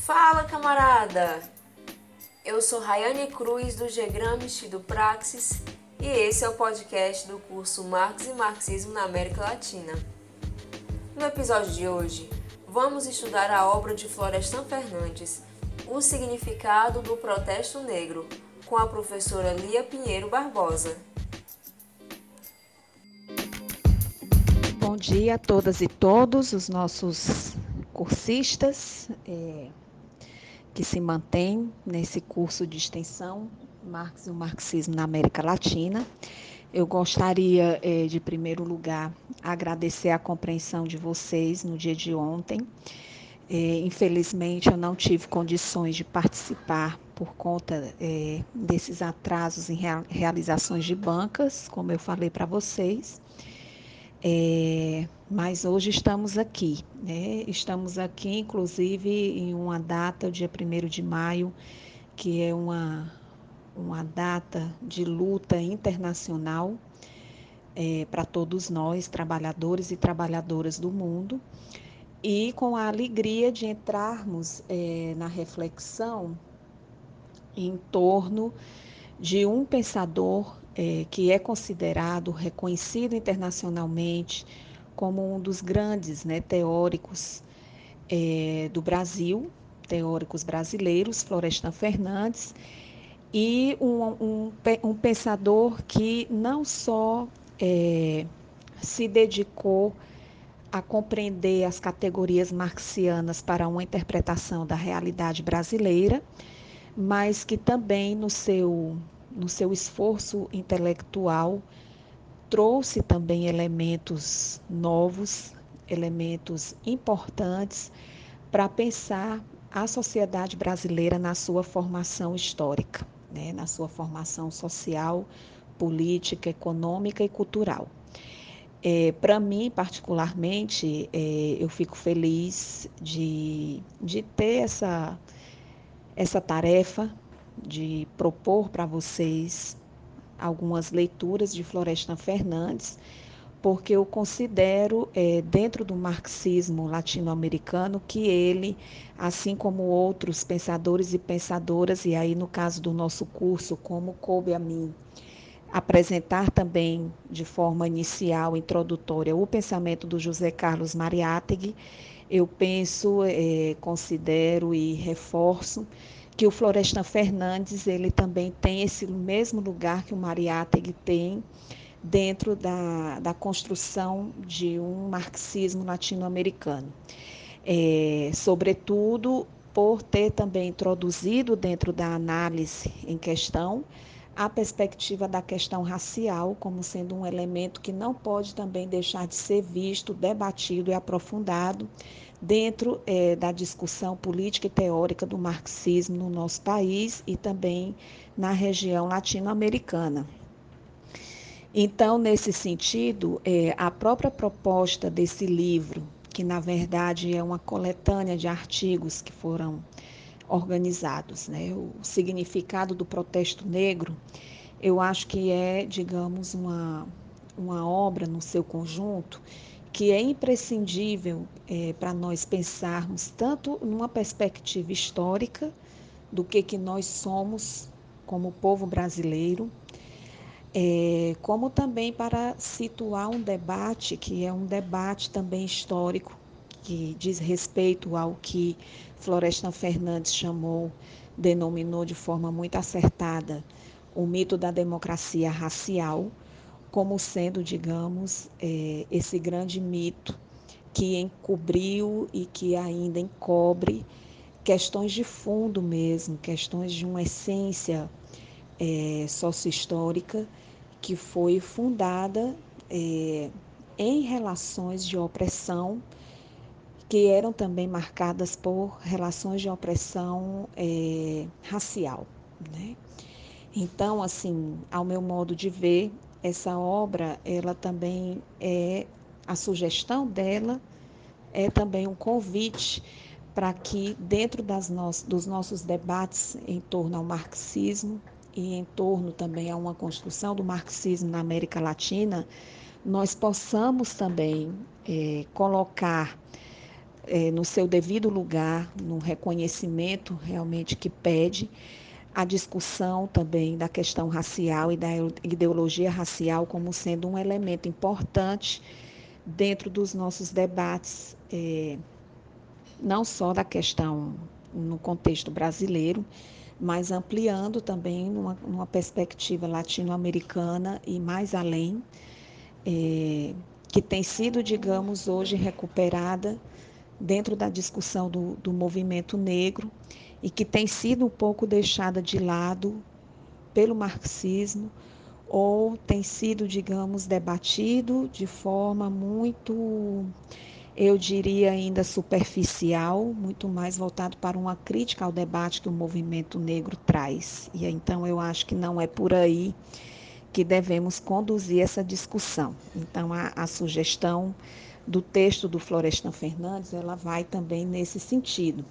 Fala, camarada! Eu sou Rayane Cruz, do G-Gramsci do Praxis, e esse é o podcast do curso Marx e Marxismo na América Latina. No episódio de hoje, vamos estudar a obra de Florestan Fernandes, O Significado do Protesto Negro, com a professora Lia Pinheiro Barbosa. Bom dia a todas e todos os nossos cursistas que se mantêm nesse curso de extensão Marx e o Marxismo na América Latina. Eu gostaria, de primeiro lugar, agradecer a compreensão de vocês no dia de ontem. Infelizmente, eu não tive condições de participar por conta desses atrasos em realizações de bancas, como eu falei para vocês. Mas hoje estamos aqui, né? Estamos aqui, inclusive, em uma data, o dia 1º de maio, que é uma data de luta internacional para todos nós, trabalhadores e trabalhadoras do mundo, e com a alegria de entrarmos na reflexão em torno de um pensador que é considerado, reconhecido internacionalmente como um dos grandes, né, teóricos do Brasil, teóricos brasileiros, Florestan Fernandes, e um pensador que não só se dedicou a compreender as categorias marxianas para uma interpretação da realidade brasileira, mas que também no seu esforço intelectual trouxe também elementos novos, elementos importantes para pensar a sociedade brasileira na sua formação histórica, né? Na sua formação social, política, econômica e cultural. Para mim, particularmente, eu fico feliz de ter essa tarefa de propor para vocês algumas leituras de Florestan Fernandes, porque eu considero, dentro do marxismo latino-americano, que ele, assim como outros pensadores e pensadoras, e aí no caso do nosso curso, como coube a mim, apresentar também de forma inicial, introdutória, o pensamento do José Carlos Mariátegui, eu penso, considero e reforço que o Florestan Fernandes ele também tem esse mesmo lugar que o Mariátegui tem dentro da construção de um marxismo latino-americano. Sobretudo por ter também introduzido dentro da análise em questão a perspectiva da questão racial como sendo um elemento que não pode também deixar de ser visto, debatido e aprofundado dentro da discussão política e teórica do marxismo no nosso país e também na região latino-americana. Então, nesse sentido, a própria proposta desse livro, que na verdade é uma coletânea de artigos que foram organizados, né? O significado do protesto negro, eu acho que é, digamos, uma obra no seu conjunto que é imprescindível para nós pensarmos tanto numa perspectiva histórica do que nós somos como povo brasileiro, como também para situar um debate que é um debate também histórico, que diz respeito ao que Florestan Fernandes denominou de forma muito acertada, o mito da democracia racial, como sendo, digamos, esse grande mito que encobriu e que ainda encobre questões de fundo mesmo, questões de uma essência sócio-histórica que foi fundada em relações de opressão que eram também marcadas por relações de opressão racial, né? Então, assim, ao meu modo de ver, essa obra, ela também a sugestão dela é também um convite para que, dentro dos nossos debates em torno ao marxismo e em torno também a uma construção do marxismo na América Latina, nós possamos também colocar no seu devido lugar, no reconhecimento realmente que pede, a discussão também da questão racial e da ideologia racial como sendo um elemento importante dentro dos nossos debates, não só da questão no contexto brasileiro, mas ampliando também numa perspectiva latino-americana e mais além, que tem sido, digamos, hoje recuperada dentro da discussão do movimento negro e que tem sido um pouco deixada de lado pelo marxismo ou tem sido, digamos, debatido de forma muito, eu diria, ainda superficial, muito mais voltado para uma crítica ao debate que o movimento negro traz. E então eu acho que não é por aí que devemos conduzir essa discussão. Então a sugestão do texto do Florestan Fernandes, ela vai também nesse sentido.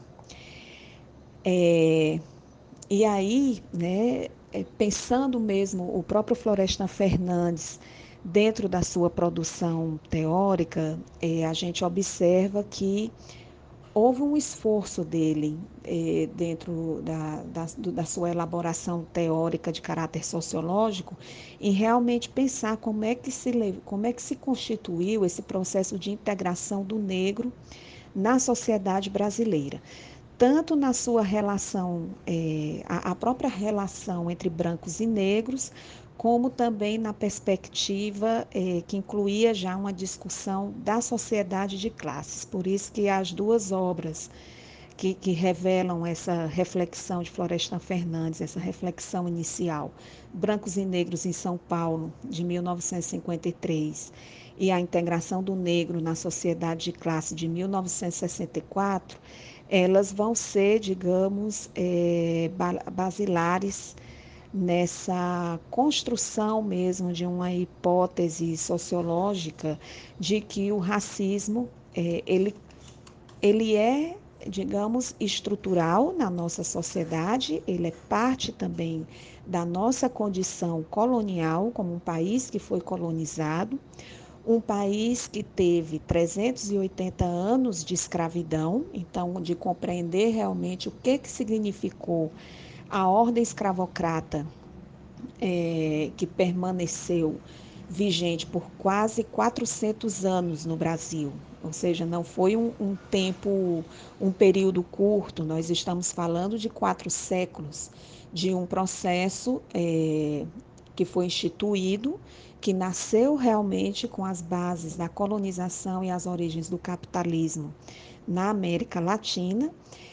E aí, né, pensando mesmo o próprio Florestan Fernandes dentro da sua produção teórica, a gente observa que houve um esforço dele dentro da sua elaboração teórica de caráter sociológico em realmente pensar como é que se constituiu esse processo de integração do negro na sociedade brasileira tanto na sua relação, a própria relação entre brancos e negros, como também na perspectiva que incluía já uma discussão da sociedade de classes. Por isso que as duas obras que revelam essa reflexão de Florestan Fernandes, essa reflexão inicial, Brancos e Negros em São Paulo, de 1953, e a integração do negro na sociedade de classe, de 1964, elas vão ser, digamos, basilares nessa construção mesmo de uma hipótese sociológica de que o racismo, ele é, digamos, estrutural na nossa sociedade, ele é parte também da nossa condição colonial, como um país que foi colonizado, um país que teve 380 anos de escravidão, então de compreender realmente o que significou a ordem escravocrata que permaneceu vigente por quase 400 anos no Brasil. Ou seja, não foi um tempo, um período curto, nós estamos falando de 4 séculos, de um processo que foi instituído, que nasceu realmente com as bases da colonização e as origens do capitalismo na América Latina,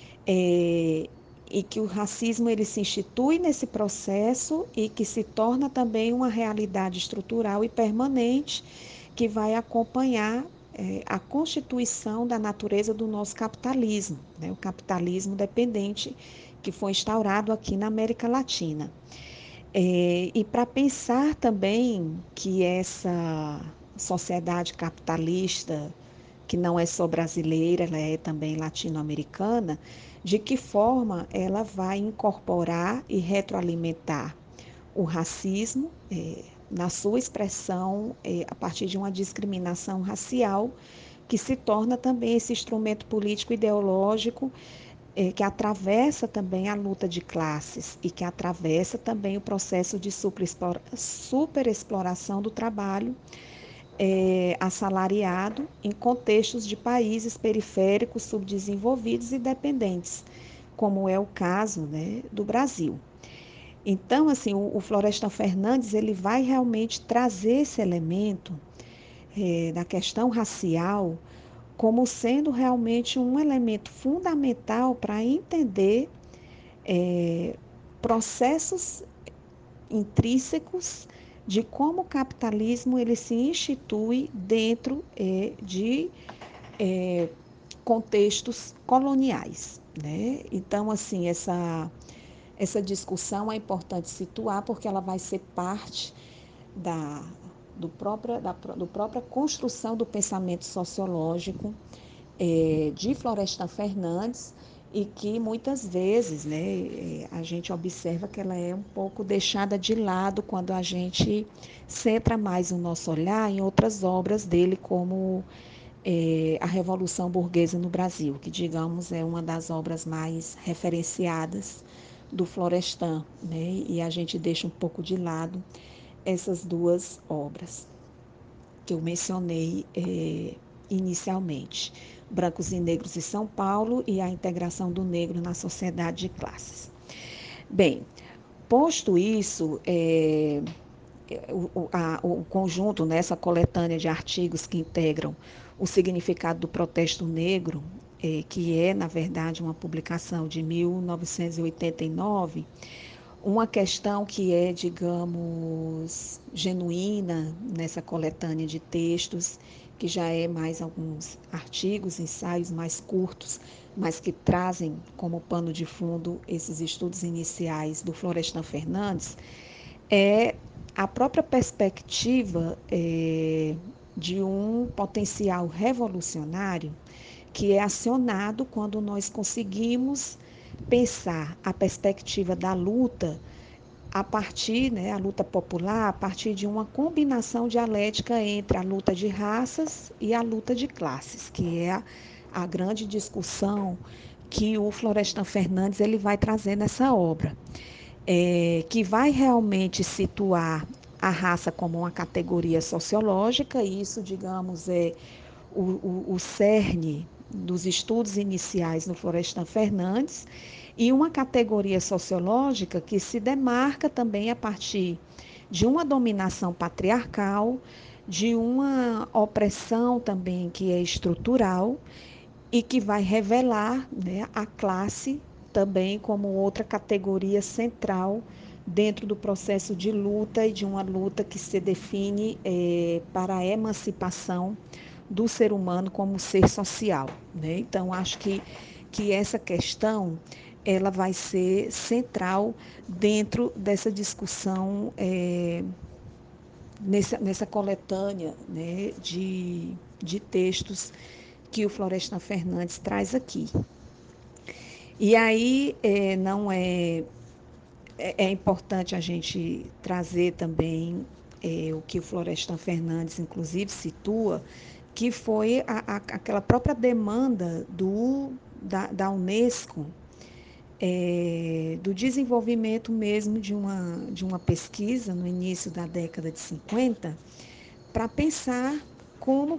e que o racismo ele se institui nesse processo e que se torna também uma realidade estrutural e permanente que vai acompanhar a constituição da natureza do nosso capitalismo, né? O capitalismo dependente que foi instaurado aqui na América Latina. E para pensar também que essa sociedade capitalista, que não é só brasileira, ela é também latino-americana, de que forma ela vai incorporar e retroalimentar o racismo na sua expressão a partir de uma discriminação racial que se torna também esse instrumento político ideológico que atravessa também a luta de classes e que atravessa também o processo de superexploração do trabalho assalariado em contextos de países periféricos, subdesenvolvidos e dependentes, como é o caso, né, do Brasil. Então, assim, o Florestan Fernandes ele vai realmente trazer esse elemento da questão racial como sendo realmente um elemento fundamental para entender processos intrínsecos de como o capitalismo ele se institui dentro de contextos coloniais, né? Então, assim, essa discussão é importante situar porque ela vai ser parte do própria construção do pensamento sociológico de Florestan Fernandes e que muitas vezes, né, a gente observa que ela é um pouco deixada de lado quando a gente centra mais o nosso olhar em outras obras dele, como a Revolução Burguesa no Brasil, que, digamos, é uma das obras mais referenciadas do Florestan, né? E a gente deixa um pouco de lado essas duas obras que eu mencionei inicialmente, Brancos e Negros de São Paulo e a integração do negro na sociedade de classes. Bem, posto isso, o conjunto, nessa coletânea de artigos que integram o significado do protesto negro, que é, na verdade, uma publicação de 1989, uma questão que é, digamos, genuína nessa coletânea de textos, que já é mais alguns artigos, ensaios mais curtos, mas que trazem como pano de fundo esses estudos iniciais do Florestan Fernandes, é a própria perspectiva de um potencial revolucionário que é acionado quando nós conseguimos pensar a perspectiva da luta a partir, né, a luta popular, a partir de uma combinação dialética entre a luta de raças e a luta de classes, que é a grande discussão que o Florestan Fernandes ele vai trazer nessa obra, que vai realmente situar a raça como uma categoria sociológica, e isso, digamos, é o cerne dos estudos iniciais no Florestan Fernandes, e uma categoria sociológica que se demarca também a partir de uma dominação patriarcal, de uma opressão também que é estrutural e que vai revelar, né, a classe também como outra categoria central dentro do processo de luta e de uma luta que se define para a emancipação do ser humano como ser social, né? Então, acho que essa questão ela vai ser central dentro dessa discussão, nessa coletânea, né, de textos que o Florestan Fernandes traz aqui. E aí não é importante a gente trazer também o que o Florestan Fernandes, inclusive, situa, que foi aquela própria demanda da Unesco, do desenvolvimento mesmo de uma pesquisa no início da década de 50, para pensar como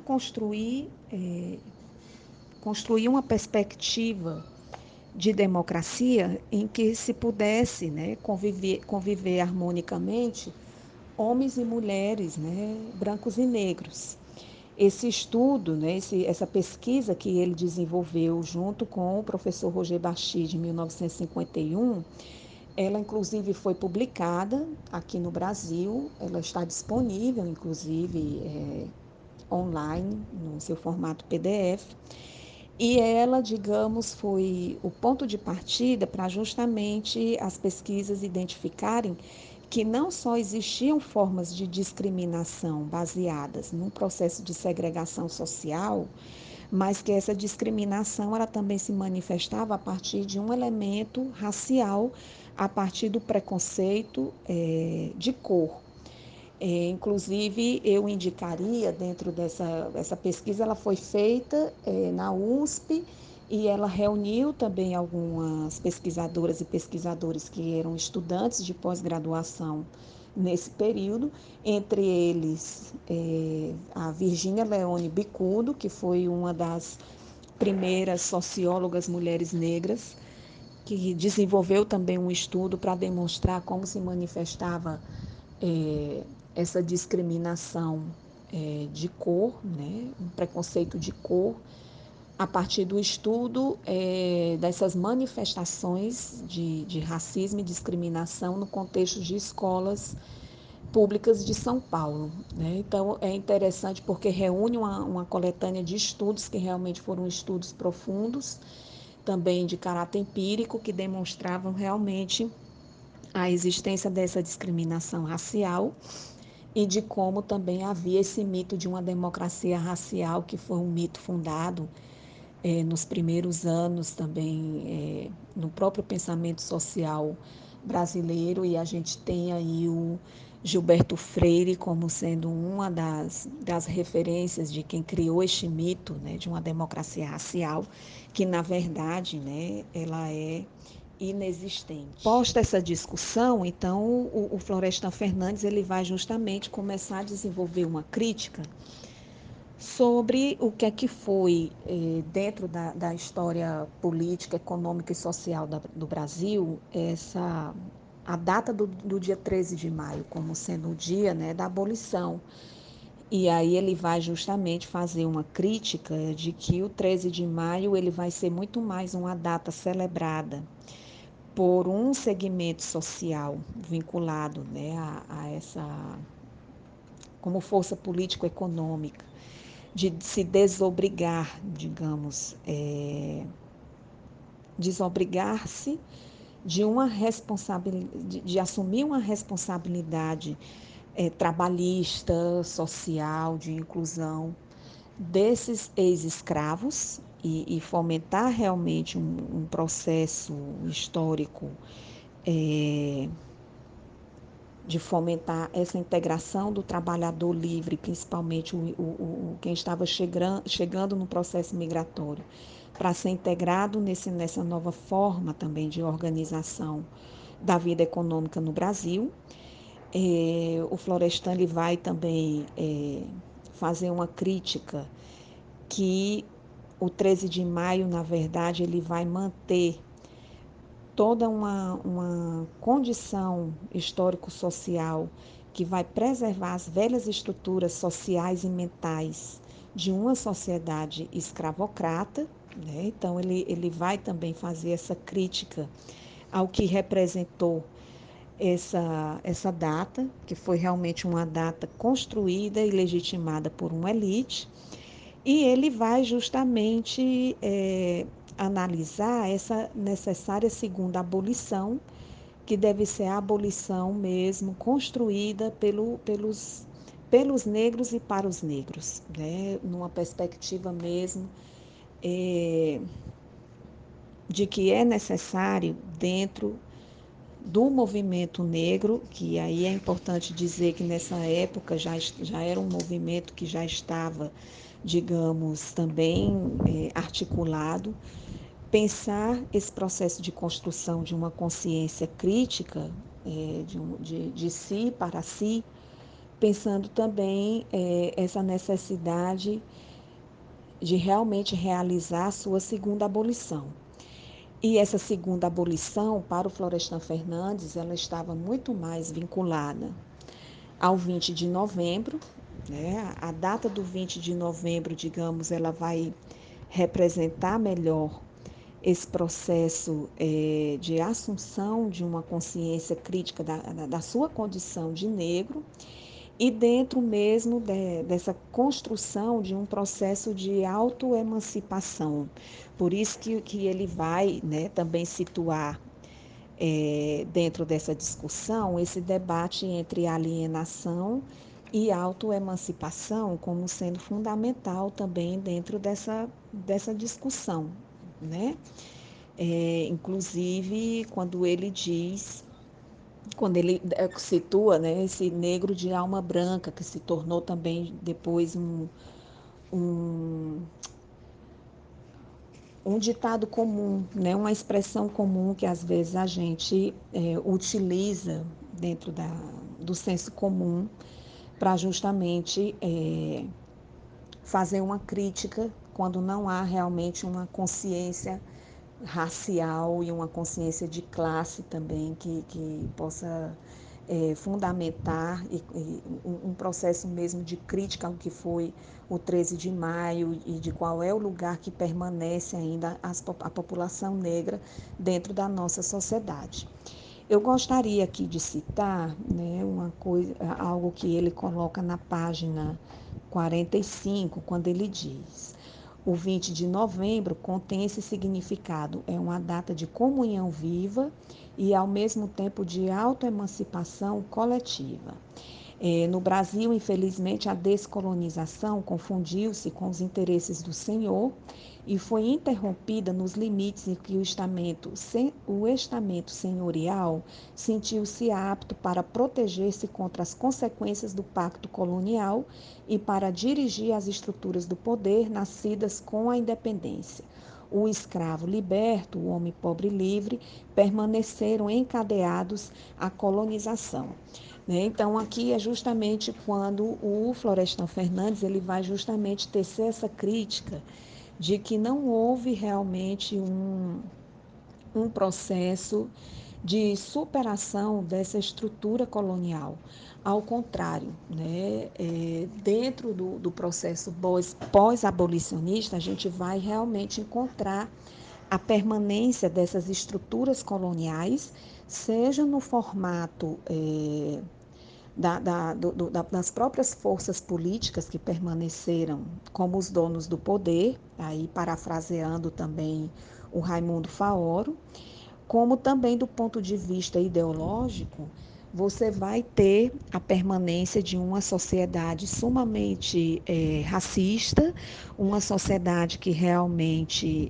construir uma perspectiva de democracia em que se pudesse, né, conviver harmonicamente homens e mulheres, né, brancos e negros. Esse estudo, né, essa pesquisa que ele desenvolveu junto com o professor Roger Bachir, de 1951, ela inclusive foi publicada aqui no Brasil, ela está disponível, inclusive, online, no seu formato PDF, e ela, digamos, foi o ponto de partida para justamente as pesquisas identificarem que não só existiam formas de discriminação baseadas num processo de segregação social, mas que essa discriminação ela também se manifestava a partir de um elemento racial, a partir do preconceito de cor. Inclusive, eu indicaria, dentro dessa pesquisa, ela foi feita na USP e ela reuniu também algumas pesquisadoras e pesquisadores que eram estudantes de pós-graduação nesse período, entre eles a Virgínia Leone Bicudo, que foi uma das primeiras sociólogas mulheres negras, que desenvolveu também um estudo para demonstrar como se manifestava essa discriminação de cor, né, um preconceito de cor, a partir do estudo dessas manifestações de racismo e discriminação no contexto de escolas públicas de São Paulo, né? Então, é interessante porque reúne uma coletânea de estudos que realmente foram estudos profundos, também de caráter empírico, que demonstravam realmente a existência dessa discriminação racial e de como também havia esse mito de uma democracia racial, que foi um mito fundado nos primeiros anos também no próprio pensamento social brasileiro, e a gente tem aí Gilberto Freire como sendo uma das referências de quem criou este mito, né, de uma democracia racial, que na verdade, né, ela é inexistente. Posta essa discussão, então o Florestan Fernandes ele vai justamente começar a desenvolver uma crítica sobre o que é que foi, dentro da história política, econômica e social do Brasil, a data do dia 13 de maio como sendo o dia, né, da abolição. E aí ele vai justamente fazer uma crítica de que o 13 de maio ele vai ser muito mais uma data celebrada por um segmento social vinculado, né, a essa como força político-econômica, de se desobrigar, digamos, desobrigar-se de uma responsabilidade, de assumir uma responsabilidade trabalhista, social, de inclusão desses ex-escravos e fomentar realmente um processo histórico de fomentar essa integração do trabalhador livre, principalmente quem estava chegando no processo migratório, para ser integrado nessa nova forma também de organização da vida econômica no Brasil. O Florestan ele vai também fazer uma crítica que o 13 de maio, na verdade, ele vai manter toda uma condição histórico-social que vai preservar as velhas estruturas sociais e mentais de uma sociedade escravocrata, né? Então, ele vai também fazer essa crítica ao que representou essa data, que foi realmente uma data construída e legitimada por uma elite, e ele vai justamente analisar essa necessária segunda abolição, que deve ser a abolição mesmo construída pelos negros e para os negros, né? Numa perspectiva mesmo de que é necessário dentro do movimento negro, que aí é importante dizer que nessa época já era um movimento que já estava, digamos, também articulado, pensar esse processo de construção de uma consciência crítica de si para si, pensando também essa necessidade de realmente realizar a sua segunda abolição. E essa segunda abolição, para o Florestan Fernandes, ela estava muito mais vinculada ao 20 de novembro, né? A data do 20 de novembro, digamos, ela vai representar melhor esse processo de assunção de uma consciência crítica da sua condição de negro e dentro mesmo dessa construção de um processo de autoemancipação. Por isso que ele vai, né, também situar dentro dessa discussão esse debate entre alienação e autoemancipação como sendo fundamental também dentro dessa discussão, né? Inclusive, quando ele situa, né, esse negro de alma branca, que se tornou também depois um, um ditado comum, né, uma expressão comum que às vezes a gente utiliza dentro do senso comum para justamente fazer uma crítica quando não há realmente uma consciência racial e uma consciência de classe também que possa fundamentar um processo mesmo de crítica ao que foi o 13 de maio e de qual é o lugar que permanece ainda a população negra dentro da nossa sociedade. Eu gostaria aqui de citar, né, uma coisa, algo que ele coloca na página 45, quando ele diz: o 20 de novembro contém esse significado, é uma data de comunhão viva e, ao mesmo tempo, de autoemancipação coletiva. No Brasil, infelizmente, a descolonização confundiu-se com os interesses do senhor e foi interrompida nos limites em que o estamento senhorial sentiu-se apto para proteger-se contra as consequências do pacto colonial e para dirigir as estruturas do poder nascidas com a independência. O escravo liberto, o homem pobre livre, permaneceram encadeados à colonização. Né? Então, aqui é justamente quando o Florestan Fernandes ele vai justamente tecer essa crítica de que não houve realmente um processo de superação dessa estrutura colonial. Ao contrário, né, dentro do processo pós-abolicionista, a gente vai realmente encontrar a permanência dessas estruturas coloniais, seja no formato das próprias forças políticas que permaneceram como os donos do poder, aí parafraseando também o Raimundo Faoro, como também do ponto de vista ideológico, você vai ter a permanência de uma sociedade sumamente racista, uma sociedade que realmente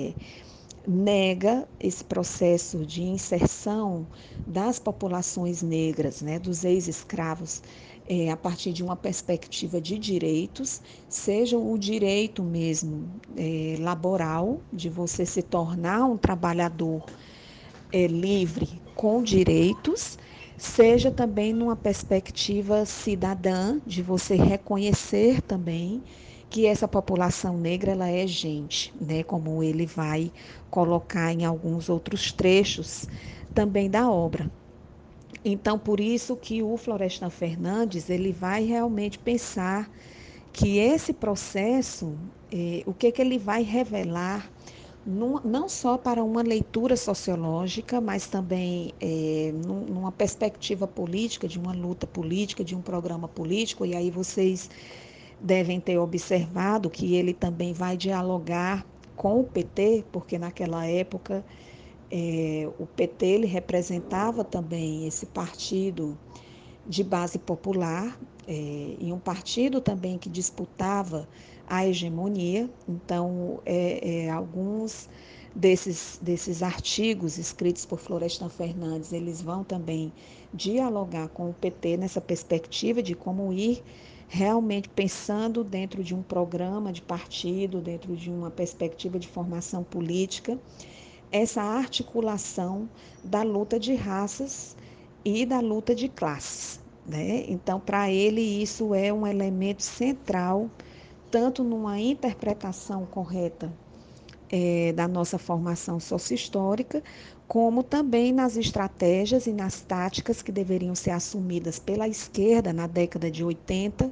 nega esse processo de inserção das populações negras, né, dos ex-escravos, a partir de uma perspectiva de direitos, seja o direito mesmo laboral, de você se tornar um trabalhador livre com direitos, seja também numa perspectiva cidadã, de você reconhecer também que essa população negra ela é gente, né? Como ele vai colocar em alguns outros trechos também da obra. Então, por isso que o Florestan Fernandes ele vai realmente pensar que esse processo, o que ele vai revelar não só para uma leitura sociológica, mas também numa perspectiva política, de uma luta política, de um programa político, e aí vocês devem ter observado que ele também vai dialogar com o PT, porque naquela época o PT ele representava também esse partido de base popular, e um partido também que disputava a hegemonia. Então, alguns desses artigos escritos por Florestan Fernandes, eles vão também dialogar com o PT nessa perspectiva de como ir realmente pensando dentro de um programa de partido, dentro de uma perspectiva de formação política, essa articulação da luta de raças e da luta de classes. Né? Então, para ele, isso é um elemento central, tanto numa interpretação correta da nossa formação socio-histórica, como também nas estratégias e nas táticas que deveriam ser assumidas pela esquerda na década de 80,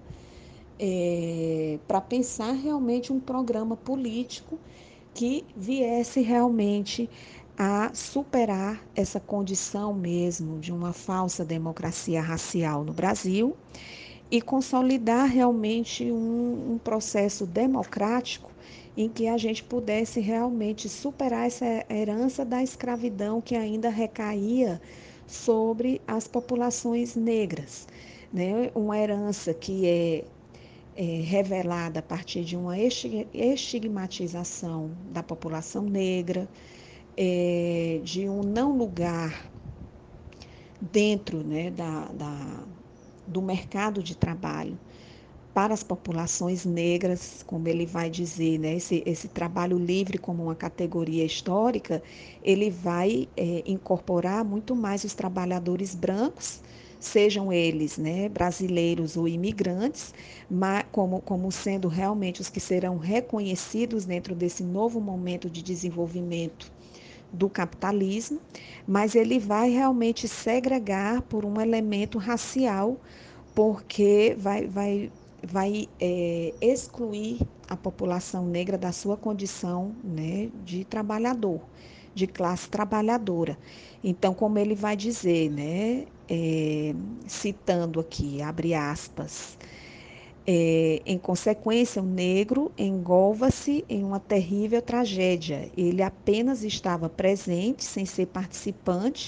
para pensar realmente um programa político que viesse realmente a superar essa condição mesmo de uma falsa democracia racial no Brasil e consolidar realmente um processo democrático em que a gente pudesse realmente superar essa herança da escravidão que ainda recaía sobre as populações negras, né? Uma herança que revelada a partir de uma estigmatização da população negra, de um não lugar dentro, né, do mercado de trabalho para as populações negras, como ele vai dizer, né, esse trabalho livre como uma categoria histórica, ele vai incorporar muito mais os trabalhadores brancos, sejam eles, né, brasileiros ou imigrantes, mas como sendo realmente os que serão reconhecidos dentro desse novo momento de desenvolvimento do capitalismo, mas ele vai realmente segregar por um elemento racial, porque vai excluir a população negra da sua condição, né, de trabalhador, de classe trabalhadora. Então, como ele vai dizer, né, citando aqui, abre aspas, em consequência, o negro engolva-se em uma terrível tragédia. Ele apenas estava presente, sem ser participante,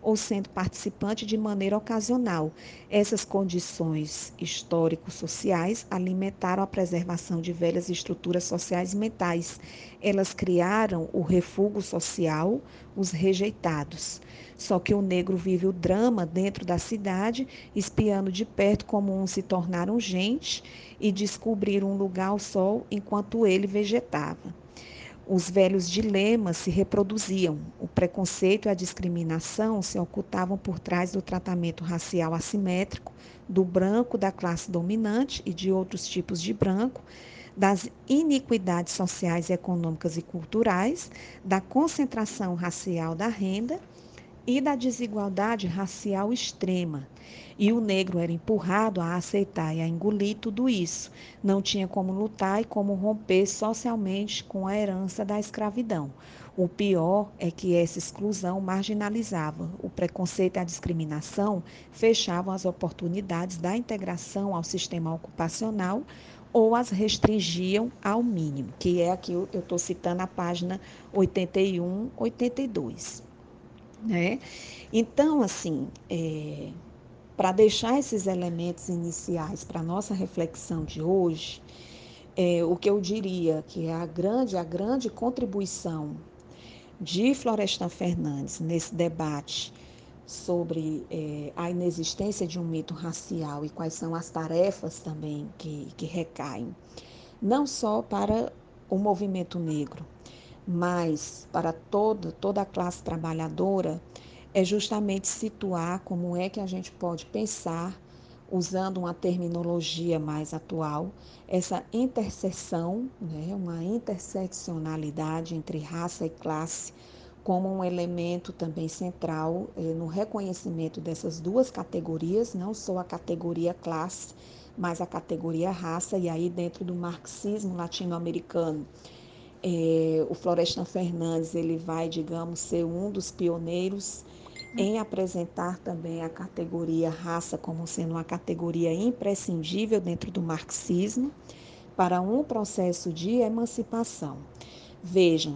ou sendo participante de maneira ocasional. Essas condições histórico-sociais alimentaram a preservação de velhas estruturas sociais e mentais. Elas criaram o refúgio social, os rejeitados. Só que o negro vive o drama dentro da cidade, espiando de perto como uns se tornaram gente e descobriram um lugar ao sol enquanto ele vegetava. Os velhos dilemas se reproduziam. O preconceito e a discriminação se ocultavam por trás do tratamento racial assimétrico do branco da classe dominante e de outros tipos de branco, das iniquidades sociais, econômicas e culturais, da concentração racial da renda e da desigualdade racial extrema. E o negro era empurrado a aceitar e a engolir tudo isso. Não tinha como lutar e como romper socialmente com a herança da escravidão. O pior é que essa exclusão marginalizava. O preconceito e a discriminação fechavam as oportunidades da integração ao sistema ocupacional ou as restringiam ao mínimo, que é aqui eu estou citando a página 81, 82. Né? Então, assim, para deixar esses elementos iniciais para a nossa reflexão de hoje, o que eu diria que é a grande contribuição de Florestan Fernandes nesse debate sobre a inexistência de um mito racial e quais são as tarefas também que recaem, não só para o movimento negro, mas para toda a classe trabalhadora, é justamente situar como é que a gente pode pensar, usando uma terminologia mais atual, essa interseção, né, uma interseccionalidade entre raça e classe, como um elemento também central no reconhecimento dessas duas categorias, não só a categoria classe, mas a categoria raça, e aí dentro do marxismo latino-americano, o Florestan Fernandes ele vai, digamos, ser um dos pioneiros em apresentar também a categoria raça como sendo uma categoria imprescindível dentro do marxismo para um processo de emancipação. Vejam,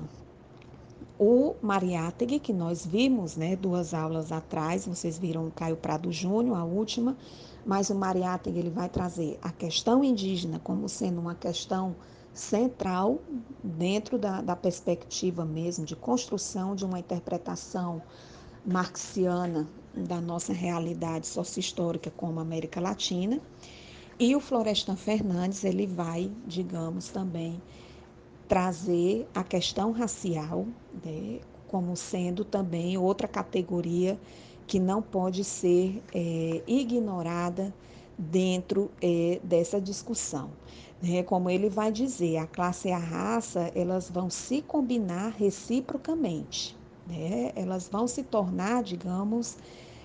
o Mariátegui, que nós vimos, né, 2 aulas atrás, vocês viram o Caio Prado Júnior, a última, mas o Mariátegui ele vai trazer a questão indígena como sendo uma questão central dentro da perspectiva mesmo de construção de uma interpretação marxiana da nossa realidade sociohistórica como América Latina. E o Florestan Fernandes ele vai, digamos, também trazer a questão racial, né, como sendo também outra categoria que não pode ser ignorada dentro dessa discussão. Né? Como ele vai dizer, a classe e a raça elas vão se combinar reciprocamente, né? Elas vão se tornar, digamos,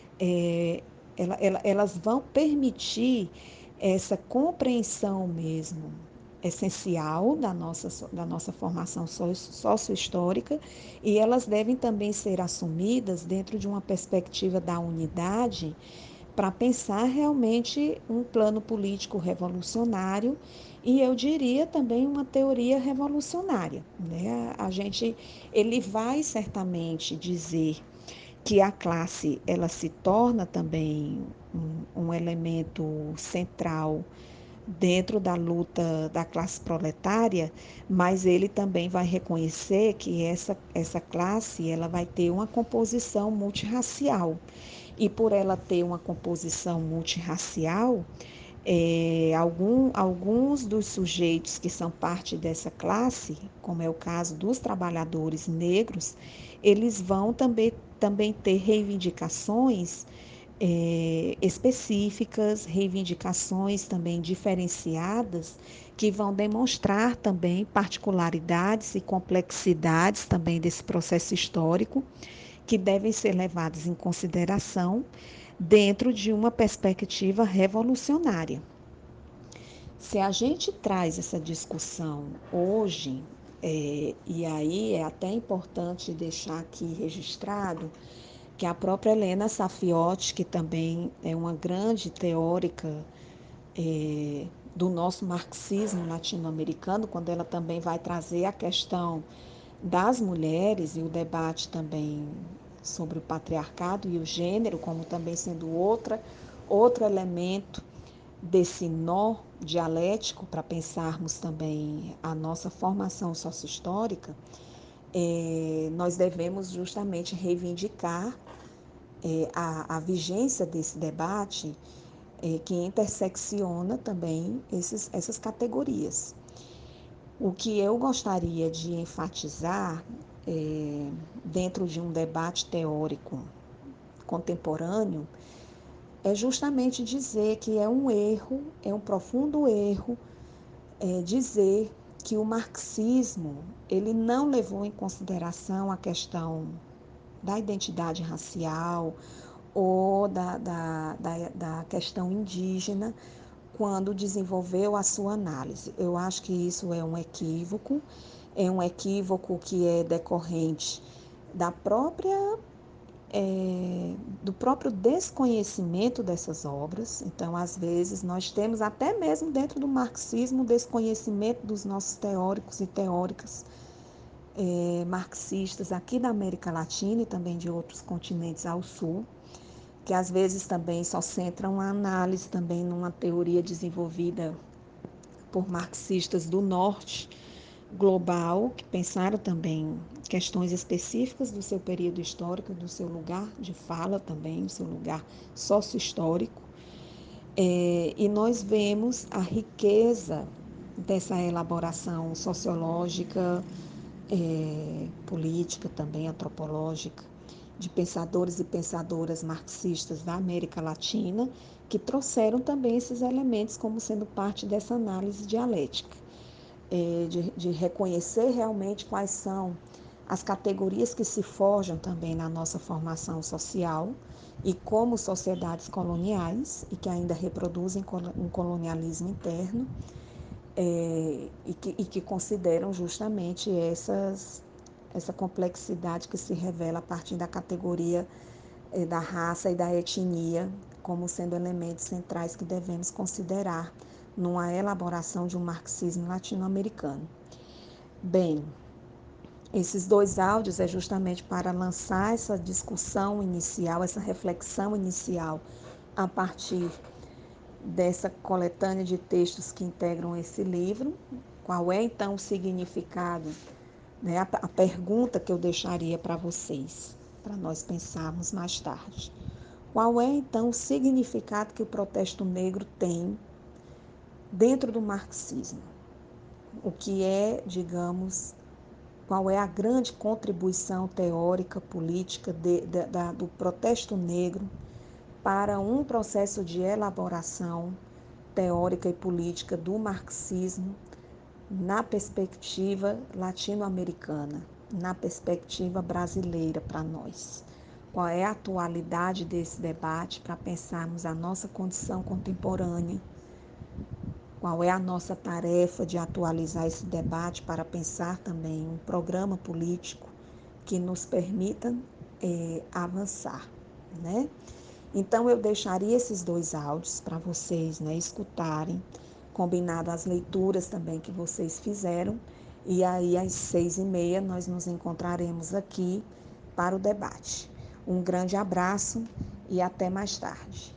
elas vão permitir essa compreensão mesmo essencial da nossa formação sociohistórica, e elas devem também ser assumidas dentro de uma perspectiva da unidade para pensar realmente um plano político revolucionário e eu diria também uma teoria revolucionária, né? Ele vai certamente dizer que a classe ela se torna também um elemento central dentro da luta da classe proletária, mas ele também vai reconhecer que essa classe ela vai ter uma composição multirracial. E por ela ter uma composição multirracial, alguns dos sujeitos que são parte dessa classe, como é o caso dos trabalhadores negros, eles vão também ter reivindicações específicas, reivindicações também diferenciadas, que vão demonstrar também particularidades e complexidades também desse processo histórico, que devem ser levadas em consideração dentro de uma perspectiva revolucionária. Se a gente traz essa discussão hoje, e aí é até importante deixar aqui registrado que a própria Helena Safiotti, que também é uma grande teórica do nosso marxismo latino-americano, quando ela também vai trazer a questão das mulheres e o debate também sobre o patriarcado e o gênero, como também sendo outro elemento desse nó dialético para pensarmos também a nossa formação sociohistórica, nós devemos justamente reivindicar a vigência desse debate que intersecciona também essas categorias. O que eu gostaria de enfatizar dentro de um debate teórico contemporâneo é justamente dizer que é um erro, é um profundo erro, dizer que o marxismo ele não levou em consideração a questão da identidade racial ou da questão indígena quando desenvolveu a sua análise. Eu acho que isso é um equívoco que é decorrente da do próprio desconhecimento dessas obras. Então, às vezes, nós temos até mesmo dentro do marxismo desconhecimento dos nossos teóricos e teóricas marxistas aqui da América Latina e também de outros continentes ao sul, que às vezes também só centram a análise também numa teoria desenvolvida por marxistas do norte global, que pensaram também questões específicas do seu período histórico, do seu lugar de fala também, do seu lugar sócio-histórico. E nós vemos a riqueza dessa elaboração sociológica, política, também antropológica, de pensadores e pensadoras marxistas da América Latina, que trouxeram também esses elementos como sendo parte dessa análise dialética, de reconhecer realmente quais são as categorias que se forjam também na nossa formação social e como sociedades coloniais e que ainda reproduzem um colonialismo interno, e que consideram justamente essa complexidade que se revela a partir da categoria da raça e da etnia como sendo elementos centrais que devemos considerar numa elaboração de um marxismo latino-americano. Bem, esses dois áudios é justamente para lançar essa discussão inicial, essa reflexão inicial a partir dessa coletânea de textos que integram esse livro. Qual é então o significado, né? A pergunta que eu deixaria para vocês, para nós pensarmos mais tarde. Qual é então o significado que o protesto negro tem dentro do marxismo? O que é, digamos, qual é a grande contribuição teórica, política do protesto negro para um processo de elaboração teórica e política do marxismo na perspectiva latino-americana, na perspectiva brasileira para nós? Qual é a atualidade desse debate para pensarmos a nossa condição contemporânea? Qual é a nossa tarefa de atualizar esse debate para pensar também um programa político que nos permita avançar, né? Então, eu deixaria esses dois áudios para vocês, né, escutarem, combinado as leituras também que vocês fizeram, e aí às 6h30 nós nos encontraremos aqui para o debate. Um grande abraço e até mais tarde.